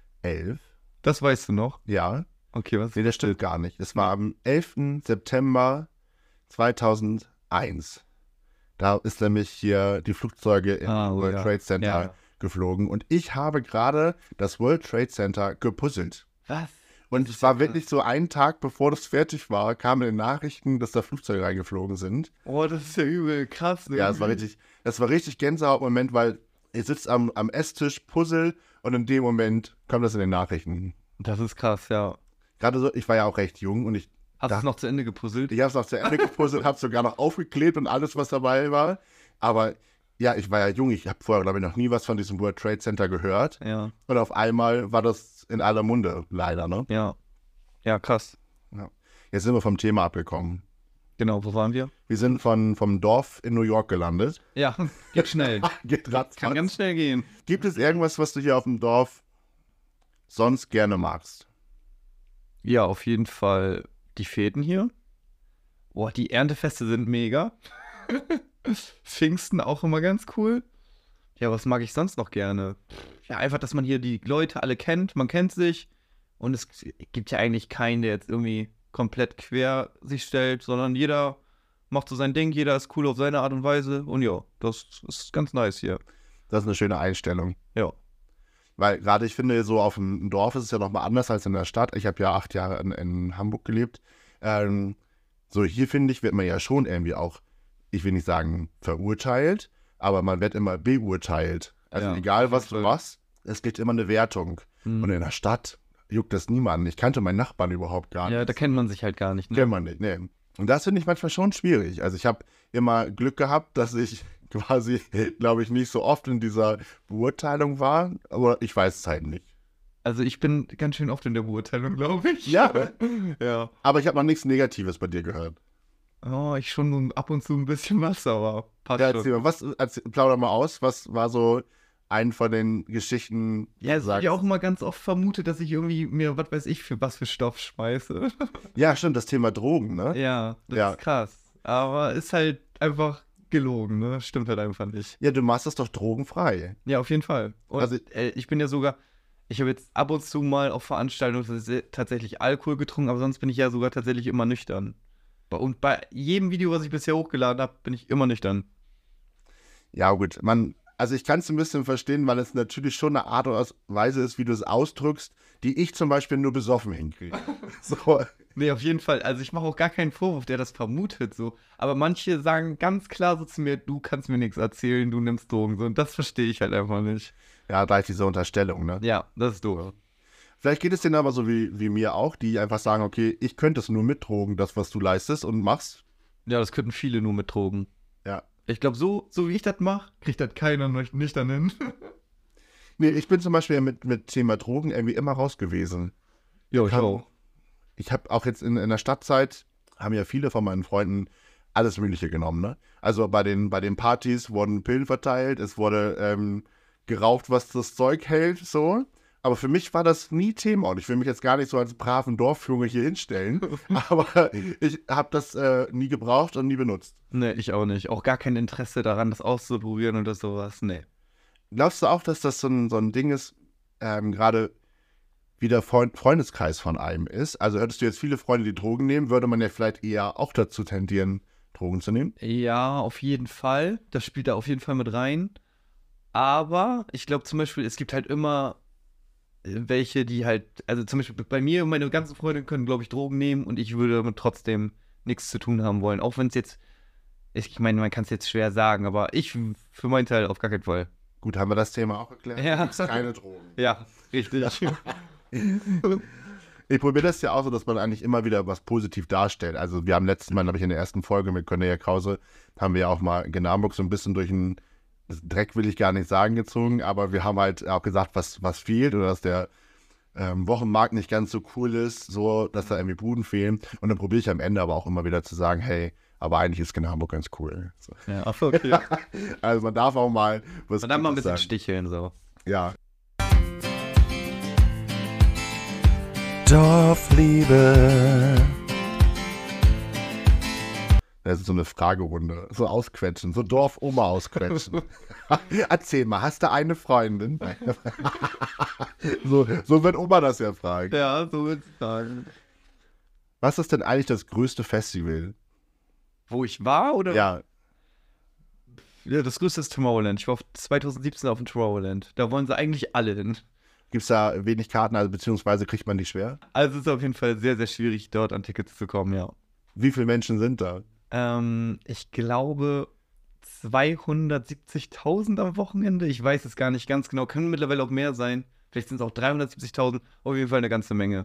Das weißt du noch? Ja. Okay, was? Nee, das stimmt gar nicht. Es war am elften September zweitausendeins. Da ist nämlich hier die Flugzeuge im Ah, oh, World ja. Trade Center Ja. geflogen. Und ich habe gerade das World Trade Center gepuzzelt. Was? Und es war wirklich so einen Tag, bevor das fertig war, kamen in Nachrichten, dass da Flugzeuge reingeflogen sind. Oh, das ist ja übel krass, ne? Ja, es war richtig, das war richtig Gänsehaut-Moment, weil ihr sitzt am, am Esstisch, puzzle und in dem Moment kommt das in den Nachrichten. Das ist krass, ja. Gerade so, ich war ja auch recht jung und ich, Hast du Da- es noch zu Ende gepuzzelt? ich habe es noch zu Ende gepuzzelt, habe sogar noch aufgeklebt und alles, was dabei war. Aber ja, ich war ja jung, ich habe vorher, glaube ich, noch nie was von diesem World Trade Center gehört. Ja, Und auf einmal war das in aller Munde, leider, ne? ja. Ja, krass. Jetzt sind wir vom Thema abgekommen. Genau, wo waren wir? Wir sind von, vom Dorf in New York gelandet. Ja, geht schnell. Geht Kann ratzfatz. ganz schnell gehen. Gibt es irgendwas, was du hier auf dem Dorf sonst gerne magst? Ja, auf jeden Fall die Fäden hier. Boah, die Erntefeste sind mega. Pfingsten auch immer ganz cool. Ja, was mag ich sonst noch gerne? Ja, einfach, dass man hier die Leute alle kennt. Man kennt sich. Und es gibt ja eigentlich keinen, der jetzt irgendwie komplett quer sich stellt, sondern jeder macht so sein Ding. Jeder ist cool auf seine Art und Weise. Und ja, das ist ganz nice hier. Das ist eine schöne Einstellung. Ja. Weil gerade ich finde, so auf dem Dorf ist es ja nochmal anders als in der Stadt. Ich habe ja acht Jahre in, in Hamburg gelebt. Ähm, so hier, finde ich, wird man ja schon irgendwie auch, ich will nicht sagen verurteilt, aber man wird immer beurteilt. Also Ja, egal, was du voll. machst, es gibt immer eine Wertung. Mhm. Und in der Stadt juckt das niemanden. Ich kannte meinen Nachbarn überhaupt gar nicht. Ja, da kennt man sich halt gar nicht. Ne? Kennt man nicht, nee. Und das finde ich manchmal schon schwierig. Also ich habe immer Glück gehabt, dass ich quasi, glaube ich, nicht so oft in dieser Beurteilung war, aber ich weiß es halt nicht. Also ich bin ganz schön oft in der Beurteilung, glaube ich. Ja. Ja. Aber ich habe noch nichts Negatives bei dir gehört. Oh, ich schon so ab und zu ein bisschen was, aber passt Ja, schon. erzähl mal, was, erzähl, plauder mal aus, was war so ein von den Geschichten, Ja, es wird sagst- ja auch immer ganz oft vermutet, dass ich irgendwie mir, was weiß ich, für was für Stoff schmeiße. Ja, stimmt, das Thema Drogen, ne? Ja, das Ja. ist krass. Aber ist halt einfach gelogen, ne? Stimmt halt einfach nicht. Ja, du machst das doch drogenfrei. Ja, auf jeden Fall. Und Also- äh, ich bin ja sogar, ich habe jetzt ab und zu mal auf Veranstaltungen tats- tatsächlich Alkohol getrunken, aber sonst bin ich ja sogar tatsächlich immer nüchtern. Und bei jedem Video, was ich bisher hochgeladen habe, bin ich immer nüchtern. Ja, gut, man, also ich kann es ein bisschen verstehen, weil es natürlich schon eine Art und Weise ist, wie du es ausdrückst, die ich zum Beispiel nur besoffen hinkriege. So, Nee, auf jeden Fall. Also ich mache auch gar keinen Vorwurf, der das vermutet so. Aber manche sagen ganz klar so zu mir, du kannst mir nichts erzählen, du nimmst Drogen. So, und das verstehe ich halt einfach nicht. ja, da ist diese Unterstellung, ne? Ja, das ist doof. Vielleicht geht es denen aber so wie, wie mir auch, die einfach sagen, okay, ich könnte es nur mit Drogen, das, was du leistest und machst. Ja, das könnten viele nur mit Drogen. Ja. Ich glaube, so, so wie ich das mache, kriegt das keiner nicht- nüchtern hin. Nee, ich bin zum Beispiel mit, mit Thema Drogen irgendwie immer raus gewesen. Jo, ich Hab- auch. Ich habe auch jetzt in, in der Stadtzeit, haben ja viele von meinen Freunden alles Mögliche genommen, ne? Also bei den, bei den Partys wurden Pillen verteilt, es wurde ähm, geraucht, was das Zeug hält, so. Aber für mich war das nie Thema und ich will mich jetzt gar nicht so als braven Dorfjunge hier hinstellen, aber ich habe das äh, nie gebraucht und nie benutzt. Nee, ich auch nicht. Auch gar kein Interesse daran, das auszuprobieren oder sowas. Nee. Glaubst du auch, dass das so ein, so ein Ding ist, ähm, gerade wie der Freund, Freundeskreis von einem ist? Also hättest du jetzt viele Freunde, die Drogen nehmen, würde man ja vielleicht eher auch dazu tendieren, Drogen zu nehmen? Ja, auf jeden Fall. Das spielt da auf jeden Fall mit rein. Aber ich glaube zum Beispiel, es gibt halt immer äh, welche, die halt, also zum Beispiel bei mir und meine ganzen Freunde können, glaube ich, Drogen nehmen und ich würde damit trotzdem nichts zu tun haben wollen. Auch wenn es jetzt, ich meine, man kann es jetzt schwer sagen, aber ich für meinen Teil auf gar keinen Fall. Gut, haben wir das Thema auch erklärt? Ja. Gibt's keine Drogen. Ja, richtig. Ich probiere das ja auch so, dass man eigentlich immer wieder was positiv darstellt. Also wir haben letztes Mal, glaube ich, in der ersten Folge mit Cornelia Krause, haben wir ja auch mal in Hamburg so ein bisschen durch einen Dreck, will ich gar nicht sagen, gezogen, aber wir haben halt auch gesagt, was, was fehlt oder dass der ähm, Wochenmarkt nicht ganz so cool ist, so, dass da irgendwie Buden fehlen. Und dann probiere ich am Ende aber auch immer wieder zu sagen, hey, Aber eigentlich ist in Hamburg ganz cool. So. Ja, ach so, okay. Also man darf auch mal was Und dann mal ein Gutes bisschen sagen. sticheln, so. Ja. Dorfliebe. Das ist so eine Fragerunde. So ausquetschen, so Dorfoma ausquetschen. Erzähl mal, hast du eine Freundin? so, so wird Oma das ja fragen. Ja, so würde ich sagen. Was ist denn eigentlich das größte Festival? Wo ich war, oder? Ja, Ja, das größte ist Tomorrowland. Ich war auf zwanzig siebzehn auf dem Tomorrowland. Da wollen sie eigentlich alle hin. gibt es da wenig Karten, also beziehungsweise kriegt man die schwer? Also es ist auf jeden Fall sehr, sehr schwierig, dort an Tickets zu kommen, ja. Wie viele Menschen sind da? Ähm, ich glaube zweihundertsiebzigtausend am Wochenende. Ich weiß es gar nicht ganz genau. Können mittlerweile auch mehr sein. Vielleicht sind es auch dreihundertsiebzigtausend. Auf jeden Fall eine ganze Menge.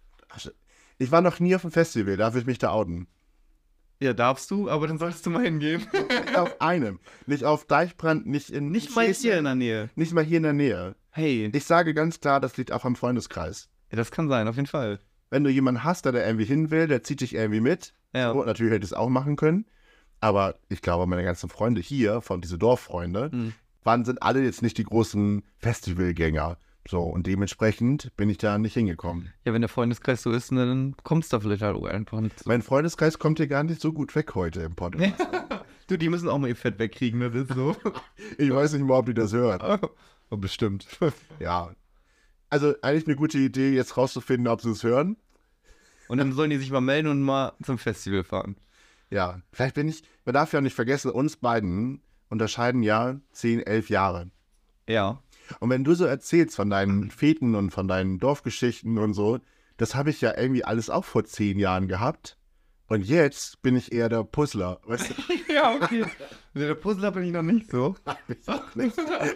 Ich war noch nie auf einem Festival, darf ich mich da outen? Ja, darfst du, aber dann solltest du mal hingehen. Nicht auf einem. Nicht auf Deichbrand, nicht in... Nicht mal hier in der Nähe. Nicht mal hier in der Nähe. Hey, Ich sage ganz klar, das liegt auch am Freundeskreis. ja, das kann sein, auf jeden Fall. Wenn du jemanden hast, der da irgendwie hin will, der zieht dich irgendwie mit. Ja. So, natürlich hätte ich es auch machen können. Aber ich glaube, meine ganzen Freunde hier, von diese Dorffreunde, Mhm. waren, sind alle jetzt nicht die großen Festivalgänger. So, und dementsprechend bin ich da nicht hingekommen. Ja, wenn der Freundeskreis so ist, ne, dann kommst du da vielleicht halt auch einfach nicht so. Mein Freundeskreis kommt hier gar nicht so gut weg heute im Podcast. Du, die müssen auch mal ihr Fett wegkriegen, ne? Das ist so. Ich weiß nicht mal, ob die das hören. Oh, bestimmt. Ja. Also eigentlich eine gute Idee, jetzt rauszufinden, ob sie es hören. Und dann sollen die sich mal melden und mal zum Festival fahren. Ja, vielleicht bin ich, man darf ja nicht vergessen, uns beiden unterscheiden ja zehn, elf Jahre. Ja. Und wenn du so erzählst von deinen Feten und von deinen Dorfgeschichten und so, das habe ich ja irgendwie alles auch vor zehn Jahren gehabt. Und jetzt bin ich eher der Puzzler. Weißt du? Ja, okay. Der Puzzler bin ich noch nicht so. Ich auch nicht.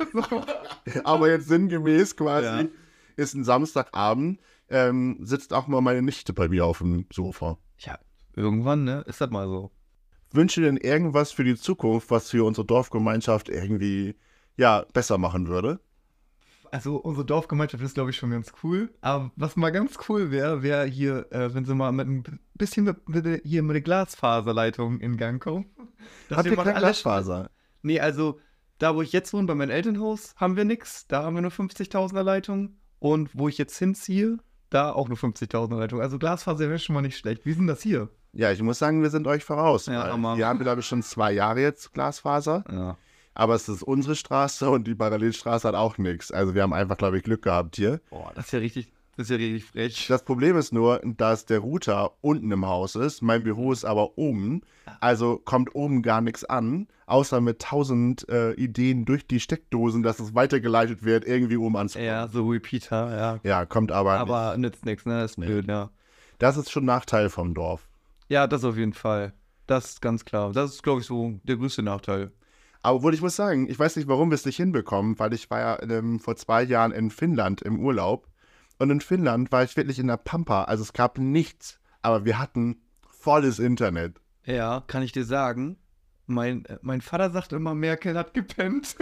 Aber jetzt sinngemäß quasi Ja. ist ein Samstagabend, ähm, sitzt auch mal meine Nichte bei mir auf dem Sofa. Ja, irgendwann, ne? Ist das mal so. Wünsche dir denn irgendwas für die Zukunft, was für unsere Dorfgemeinschaft irgendwie ja, besser machen würde? Also unsere Dorfgemeinschaft ist, glaube ich, schon ganz cool. Aber was mal ganz cool wäre, wäre hier, äh, wenn sie mal mit ein bisschen mit, mit, hier mit der Glasfaserleitung in Gang kommen. Dass Habt wir ihr mal keine alles- Glasfaser? Nee, also da, wo ich jetzt wohne, bei meinem Elternhaus, haben wir nichts. Da haben wir nur fünfzigtausender Leitung. Und wo ich jetzt hinziehe, da auch nur fünfzigtausender Leitung. Also Glasfaser wäre schon mal nicht schlecht. Wie ist denn das hier? Ja, ich muss sagen, wir sind euch voraus. Ja, weil Hammer. wir haben, glaube ich, schon zwei Jahre jetzt Glasfaser. Ja. Aber es ist unsere Straße und die Parallelstraße hat auch nichts. Also wir haben einfach, glaube ich, Glück gehabt hier. Boah, das ist ja richtig, das ist ja richtig frech. Das Problem ist nur, dass der Router unten im Haus ist. Mein Büro ist aber oben. Also kommt oben gar nichts an. Außer mit tausend äh, Ideen durch die Steckdosen, dass es weitergeleitet wird, irgendwie oben ans. Ja, so Repeater, ja. Ja, kommt aber, nicht. Aber nützt nichts, ne? Das ist blöd, ja. Das ist schon ein Nachteil vom Dorf. Ja, das auf jeden Fall. Das ist ganz klar. Das ist, glaube ich, so der größte Nachteil. Aber obwohl ich muss sagen, ich weiß nicht, warum wir es nicht hinbekommen, weil ich war ja ähm, vor zwei Jahren in Finnland im Urlaub. Und in Finnland war ich wirklich in der Pampa. Also es gab nichts, aber wir hatten volles Internet. Ja, kann ich dir sagen. Mein, äh, mein Vater sagt immer, Merkel hat gepennt.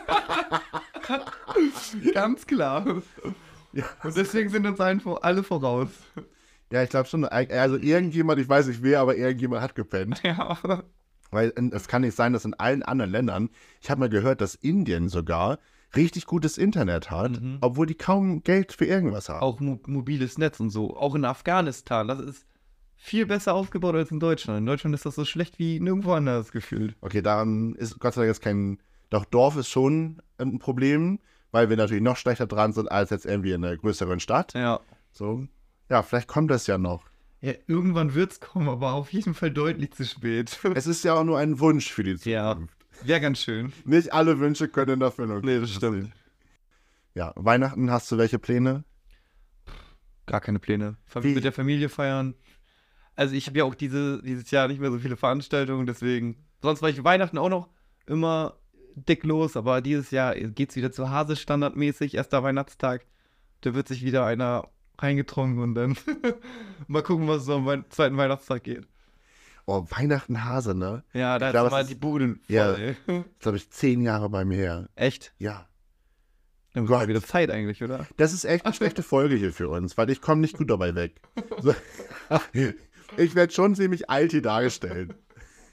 Ganz klar. Ja. Und deswegen sind uns einfach alle voraus. Ja, ich glaube schon. Also irgendjemand, ich weiß nicht wer, aber irgendjemand hat gepennt. Ja. Weil äh, es kann nicht sein, dass in allen anderen Ländern, ich habe mal gehört, dass Indien sogar richtig gutes Internet hat, Mhm. obwohl die kaum Geld für irgendwas haben. Auch mo mobiles Netz und so. Auch in Afghanistan. Das ist viel besser aufgebaut als in Deutschland. In Deutschland ist das so schlecht wie nirgendwo anders gefühlt. Okay, daran ist Gott sei Dank jetzt kein. Doch Dorf ist schon ein Problem, weil wir natürlich noch schlechter dran sind als jetzt irgendwie in einer größeren Stadt. Ja. So. Ja, vielleicht kommt das ja noch. Ja, irgendwann wird's kommen, aber auf jeden Fall deutlich zu spät. Es ist ja auch nur ein Wunsch für die Zukunft. Ja. Wäre ganz schön. Nicht alle Wünsche können in Erfüllung Nee, das stimmt. Ja, Weihnachten, hast du welche Pläne? Gar keine Pläne. Fam- Wie? Mit der Familie feiern. Also ich habe ja auch diese, dieses Jahr nicht mehr so viele Veranstaltungen, deswegen. Sonst war ich Weihnachten auch noch immer dick los, aber dieses Jahr geht's wieder zu Hase standardmäßig, erster Weihnachtstag. Da wird sich wieder einer reingetrunken und dann mal gucken, was so am Wei- zweiten Weihnachtstag geht. Oh, Weihnachten Hase, ne? Ja, da Ich glaub, ist mal es die ist- Bude voll. Ja. ey. Das ist, glaube ich, zehn Jahre bei mir her. Echt? Ja. Dann Gott. war wieder Zeit eigentlich, oder? Das ist echt eine schlechte Folge hier für uns, weil ich komme nicht gut dabei weg. So. Ich werde schon ziemlich alt hier dargestellt.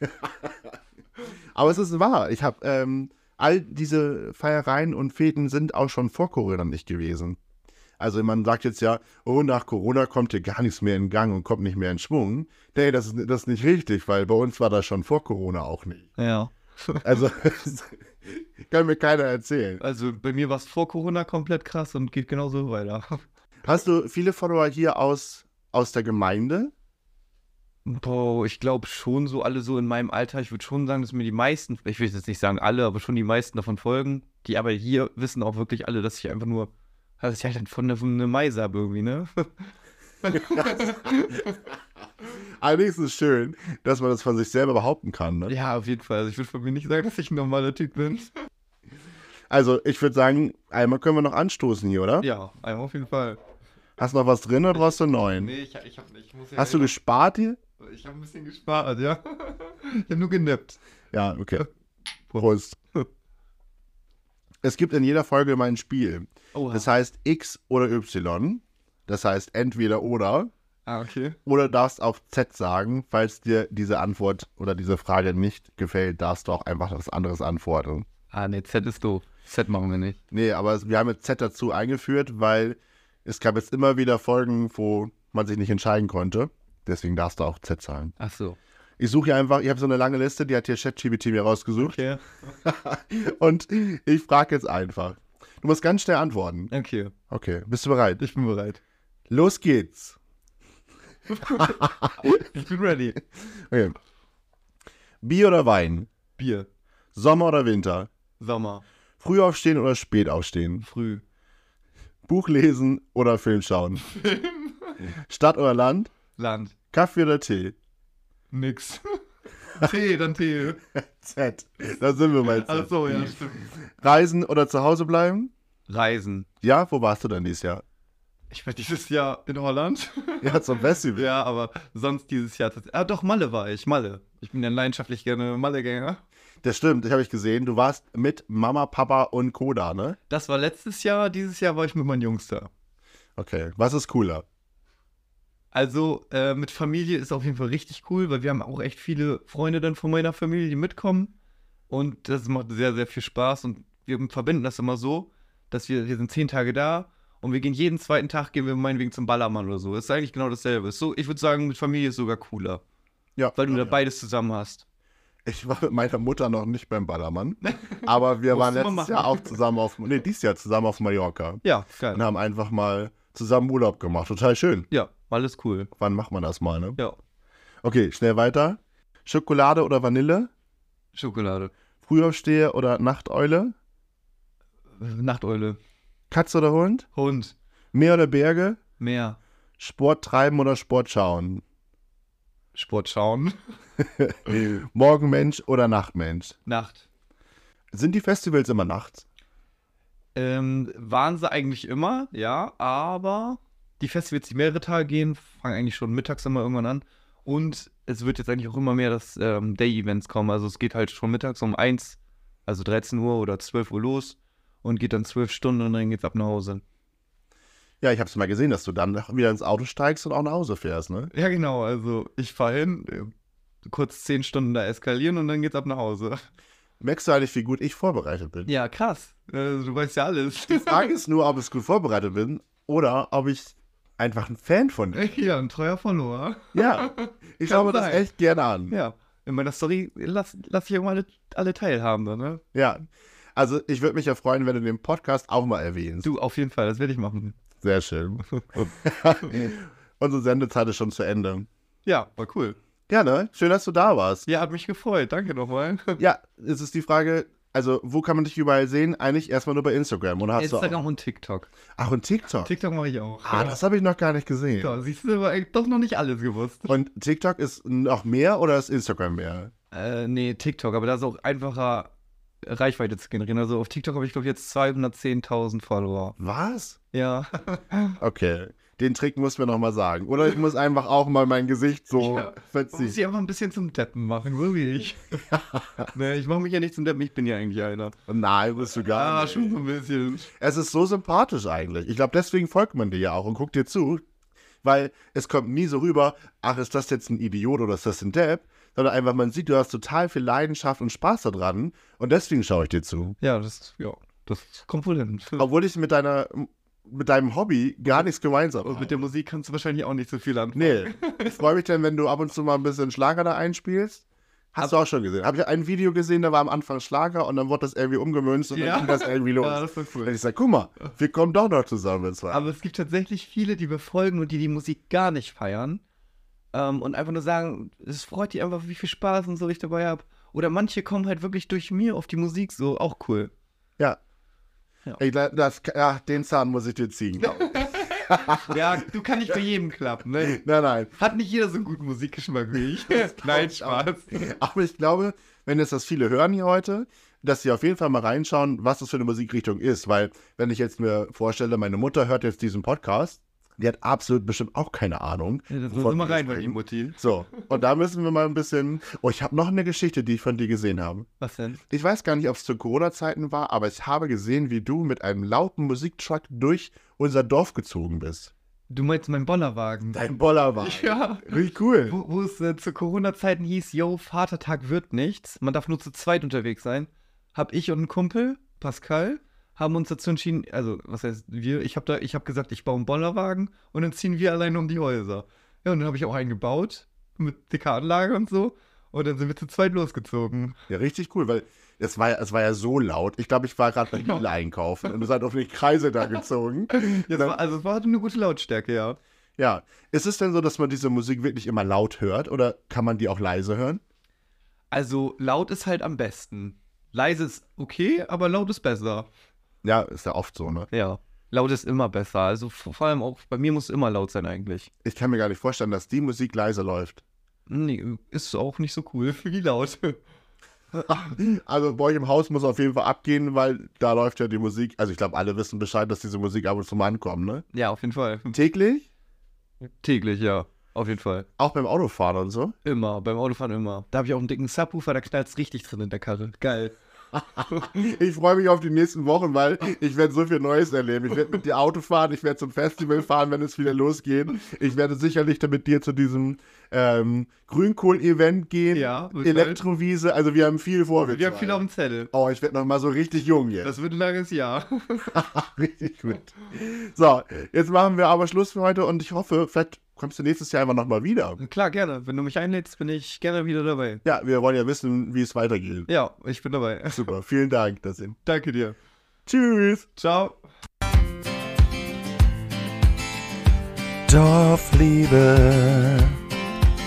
Aber es ist wahr. Ich habe ähm, all diese Feiereien und Feten sind auch schon vor Corona nicht gewesen. Also man sagt jetzt ja, oh, nach Corona kommt hier gar nichts mehr in Gang und kommt nicht mehr in Schwung. Nee, das ist, das ist nicht richtig, weil bei uns war das schon vor Corona auch nicht. Ja. Also kann mir keiner erzählen. Also bei mir war es vor Corona komplett krass und geht genauso weiter. Hast du viele Follower hier aus, aus der Gemeinde? Boah, ich glaube schon so alle so in meinem Alter. Ich würde schon sagen, dass mir die meisten, ich will jetzt nicht sagen alle, aber schon die meisten davon folgen. Die aber hier wissen auch wirklich alle, dass ich einfach nur, dass ich halt von einer eine Meise habe irgendwie, ne? Allerdings ist es schön, dass man das von sich selber behaupten kann. Ne? Ja, auf jeden Fall. Also ich würde von mir nicht sagen, dass ich ein normaler Typ bin. Also ich würde sagen, einmal können wir noch anstoßen hier, oder? Ja, einmal auf jeden Fall. Hast du noch was drin oder brauchst du einen neuen? Nee, ich, ich hab nicht. Ich muss ja Hast du gespart hier? Ich habe ein bisschen gespart, ja. Ich habe nur genippt. Ja, okay. Prost. Es gibt in jeder Folge mal ein Spiel. Oha. Das heißt X oder Y. Das heißt entweder oder. Ah, okay. Oder darfst auch Z sagen. Falls dir diese Antwort oder diese Frage nicht gefällt, darfst du auch einfach was anderes antworten. Ah, nee, Z ist doof. Z machen wir nicht. Nee, aber wir haben jetzt Z dazu eingeführt, weil es gab jetzt immer wieder Folgen, wo man sich nicht entscheiden konnte. Deswegen darfst du auch Z sagen. Ach so. Ich suche hier einfach, ich habe so eine lange Liste, die hat hier ChatGPT mir rausgesucht. Okay. Und ich frage jetzt einfach. Du musst ganz schnell antworten. Okay. Okay, bist du bereit? Ich bin bereit. Los geht's. Ich bin ready. Okay. Bier oder Wein? Bier. Sommer oder Winter? Sommer. Früh aufstehen oder spät aufstehen? Früh. Buch lesen oder Film schauen? Film. Stadt oder Land? Land. Kaffee oder Tee? Nix. Tee, dann Tee. Z. Da sind wir mal. Ach so, ja, stimmt. Reisen oder zu Hause bleiben? Reisen. Ja, wo warst du denn dieses Jahr? Ich war dieses Jahr in Holland. Ja, zum Festival. Ja, aber sonst dieses Jahr. Ah, doch, Malle war ich. Malle. Ich bin ja leidenschaftlich gerne Malle-Gänger. Das stimmt, das habe ich gesehen. Du warst mit Mama, Papa und Co. da, ne? Das war letztes Jahr. Dieses Jahr war ich mit meinen Jungs da. Okay, was ist cooler? Also äh, mit Familie ist auf jeden Fall richtig cool, weil wir haben auch echt viele Freunde dann von meiner Familie, die mitkommen. Und das macht sehr, sehr viel Spaß. Und wir verbinden das immer so, dass wir, wir sind zehn Tage da und wir gehen jeden zweiten Tag, gehen wir meinetwegen zum Ballermann oder so. Das ist eigentlich genau dasselbe. Ist so, ich würde sagen, mit Familie ist sogar cooler. Ja. Weil du ja, da ja. beides zusammen hast. Ich war mit meiner Mutter noch nicht beim Ballermann, aber wir waren Musst du mal letztes machen. Jahr auch zusammen auf, nee, dieses Jahr zusammen auf Mallorca Ja, geil. und haben einfach mal zusammen Urlaub gemacht. Total schön. Ja, alles cool. Wann macht man das mal, ne? Ja, Okay, schnell weiter. Schokolade oder Vanille? Schokolade. Frühaufsteher oder Nachteule? Nachteule. Katze oder Hund? Hund. Meer oder Berge? Meer. Sport treiben oder Sport schauen? Sport schauen. Morgenmensch oder Nachtmensch? Nacht. Sind die Festivals immer nachts? Ähm, waren sie eigentlich immer, ja, aber die Festivals, die mehrere Tage gehen, fangen eigentlich schon mittags immer irgendwann an. Und es wird jetzt eigentlich auch immer mehr, dass ähm, Day-Events kommen. Also es geht halt schon mittags um eins, also dreizehn Uhr oder zwölf Uhr los und geht dann zwölf Stunden und dann geht's ab nach Hause. Ja, ich habe es mal gesehen, dass du dann wieder ins Auto steigst und auch nach Hause fährst, ne? Ja, genau, also ich fahre hin, äh, kurz zehn Stunden da eskalieren und dann geht's ab nach Hause. Merkst du eigentlich, wie gut ich vorbereitet bin? Ja, krass. Also, du weißt ja alles. Die Frage ist nur, ob ich gut vorbereitet bin oder ob ich einfach ein Fan von dir bin. Ja, ein treuer Follower. Ja, ich Kann schaue mir das sein. echt gerne an. Ja, in meiner Story lass, lass ich irgendwann alle, alle teilhaben, dann, ne? Ja, also ich würde mich ja freuen, wenn du den Podcast auch mal erwähnst. Du, auf jeden Fall, das werde ich machen. Sehr schön. Unsere Sendezeit ist schon zu Ende. Ja, war cool. Ja, ne? Schön, dass du da warst. Ja, hat mich gefreut. Danke nochmal. Ja, es ist die Frage, also wo kann man dich überall sehen? Eigentlich erstmal nur bei Instagram. Oder hast Instagram du und TikTok. auch? Ach, und TikTok. TikTok mache ich auch. Ah, das habe ich noch gar nicht gesehen. Ja, siehst du, aber doch noch nicht alles gewusst. Und TikTok ist noch mehr oder ist Instagram mehr? Äh, nee, TikTok, aber da ist auch einfacher Reichweite zu generieren. Also auf TikTok habe ich, glaube ich, jetzt zweihundertzehntausend Follower. Was? Ja. Okay, den Trick muss mir noch mal sagen. Oder ich muss einfach auch mal mein Gesicht so Ja. Muss verziehen. ich einfach ein bisschen zum Deppen machen, so wie ich. Nee, ich mache mich ja nicht zum Deppen, ich bin ja eigentlich einer. Nein, bist du gar Ah, nicht. schon so ein bisschen. Es ist so sympathisch eigentlich. Ich glaube, deswegen folgt man dir ja auch und guckt dir zu. Weil es kommt nie so rüber, ach, ist das jetzt ein Idiot oder ist das ein Depp? sondern einfach, man sieht, du hast total viel Leidenschaft und Spaß daran und deswegen schaue ich dir zu. Ja, das, ja, das kommt wohl hin. Obwohl ich mit deiner, mit deinem Hobby gar nichts gemeinsam Und habe. mit der Musik kannst du wahrscheinlich auch nicht so viel anfangen. Nee. Ich freue mich dann, wenn du ab und zu mal ein bisschen Schlager da einspielst. Hast Ab- du auch schon gesehen. Habe ich ein Video gesehen, da war am Anfang Schlager und dann wurde das irgendwie umgemünzt und Ja. dann ging das irgendwie los. Ja, das war Und cool. ich sage, guck mal, wir kommen doch noch zusammen. in zwei. Aber es gibt tatsächlich viele, die befolgen und die die Musik gar nicht feiern. Ähm, und einfach nur sagen, es freut die einfach, wie viel Spaß und so ich dabei habe. Oder manche kommen halt wirklich durch mir auf die Musik, so auch cool. Ja. Ja. Ich, das, ja, den Zahn muss ich dir ziehen. Ja, du kannst nicht bei jedem klappen, ne? Nein, nein. Hat nicht jeder so einen guten Musikgeschmack wie ich. Nein, Spaß. Aber ich glaube, wenn jetzt das viele hören hier heute, dass sie auf jeden Fall mal reinschauen, was das für eine Musikrichtung ist. Weil, wenn ich jetzt mir vorstelle, meine Mutter hört jetzt diesen Podcast, die hat absolut bestimmt auch keine Ahnung. Ja, das muss wovon immer wir rein bei die sprechen. Mutti. So, und da müssen wir mal ein bisschen. Oh, ich habe noch eine Geschichte, die ich von dir gesehen habe. Was denn? Ich weiß gar nicht, ob es zu Corona-Zeiten war, aber ich habe gesehen, wie du mit einem lauten Musiktruck durch unser Dorf gezogen bist. Du meinst meinen Bollerwagen? Dein Bollerwagen. Ja. Richtig cool. Wo, wo es äh, zu Corona-Zeiten hieß, yo, Vatertag wird nichts, man darf nur zu zweit unterwegs sein, hab ich und ein Kumpel, Pascal, haben uns dazu entschieden, also, was heißt wir, ich hab da, ich hab gesagt, ich baue einen Bollerwagen und dann ziehen wir alleine um die Häuser. Ja, und dann habe ich auch einen gebaut, mit dicker Anlage und so, und dann sind wir zu zweit losgezogen. Ja, richtig cool, weil es war, ja- es war ja so laut. Ich glaube, ich war gerade bei Lidl einkaufen und es hat auf die Kreise da gezogen. Ja, es war, also, es war eine gute Lautstärke, ja. Ja, ist es denn so, dass man diese Musik wirklich immer laut hört oder kann man die auch leise hören? Also, laut ist halt am besten. Leise ist okay, aber laut ist besser. Ja, ist ja oft so, ne? Ja. Laut ist immer besser. Also v- vor allem auch, bei mir muss es immer laut sein eigentlich. Ich kann mir gar nicht vorstellen, dass die Musik leise läuft. Nee, ist auch nicht so cool wie laut. Also bei euch im Haus muss auf jeden Fall abgehen, weil da läuft ja die Musik. Also ich glaube, alle wissen Bescheid, dass diese Musik ab und zu mal ankommt, ne? Ja, auf jeden Fall. Täglich? Täglich, ja. Auf jeden Fall. Auch beim Autofahren und so? Immer, beim Autofahren immer. Da habe ich auch einen dicken Subwoofer, da knallt es richtig drin in der Karre. Geil. Ich freue mich auf die nächsten Wochen, weil ich werde so viel Neues erleben. Ich werde mit dir Auto fahren, ich werde zum Festival fahren, wenn es wieder losgeht. Ich werde sicherlich dann mit dir zu diesem ähm, Grünkohl-Event gehen. Ja, mit Elektrowiese, also wir haben viel vor. Wir haben viel auf dem Zettel. Oh, ich werde noch mal so richtig jung jetzt. Das wird ein langes Jahr. Richtig gut. So, jetzt machen wir aber Schluss für heute und ich hoffe, vielleicht kommst du nächstes Jahr einfach nochmal wieder. Klar, gerne. Wenn du mich einlädst, bin ich gerne wieder dabei. Ja, wir wollen ja wissen, wie es weitergeht. Ja, ich bin dabei. Super, vielen Dank, Nassim. Danke dir. Tschüss. Ciao. Dorfliebe.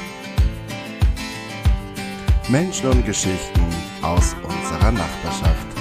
Menschen und Geschichten aus unserer Nachbarschaft.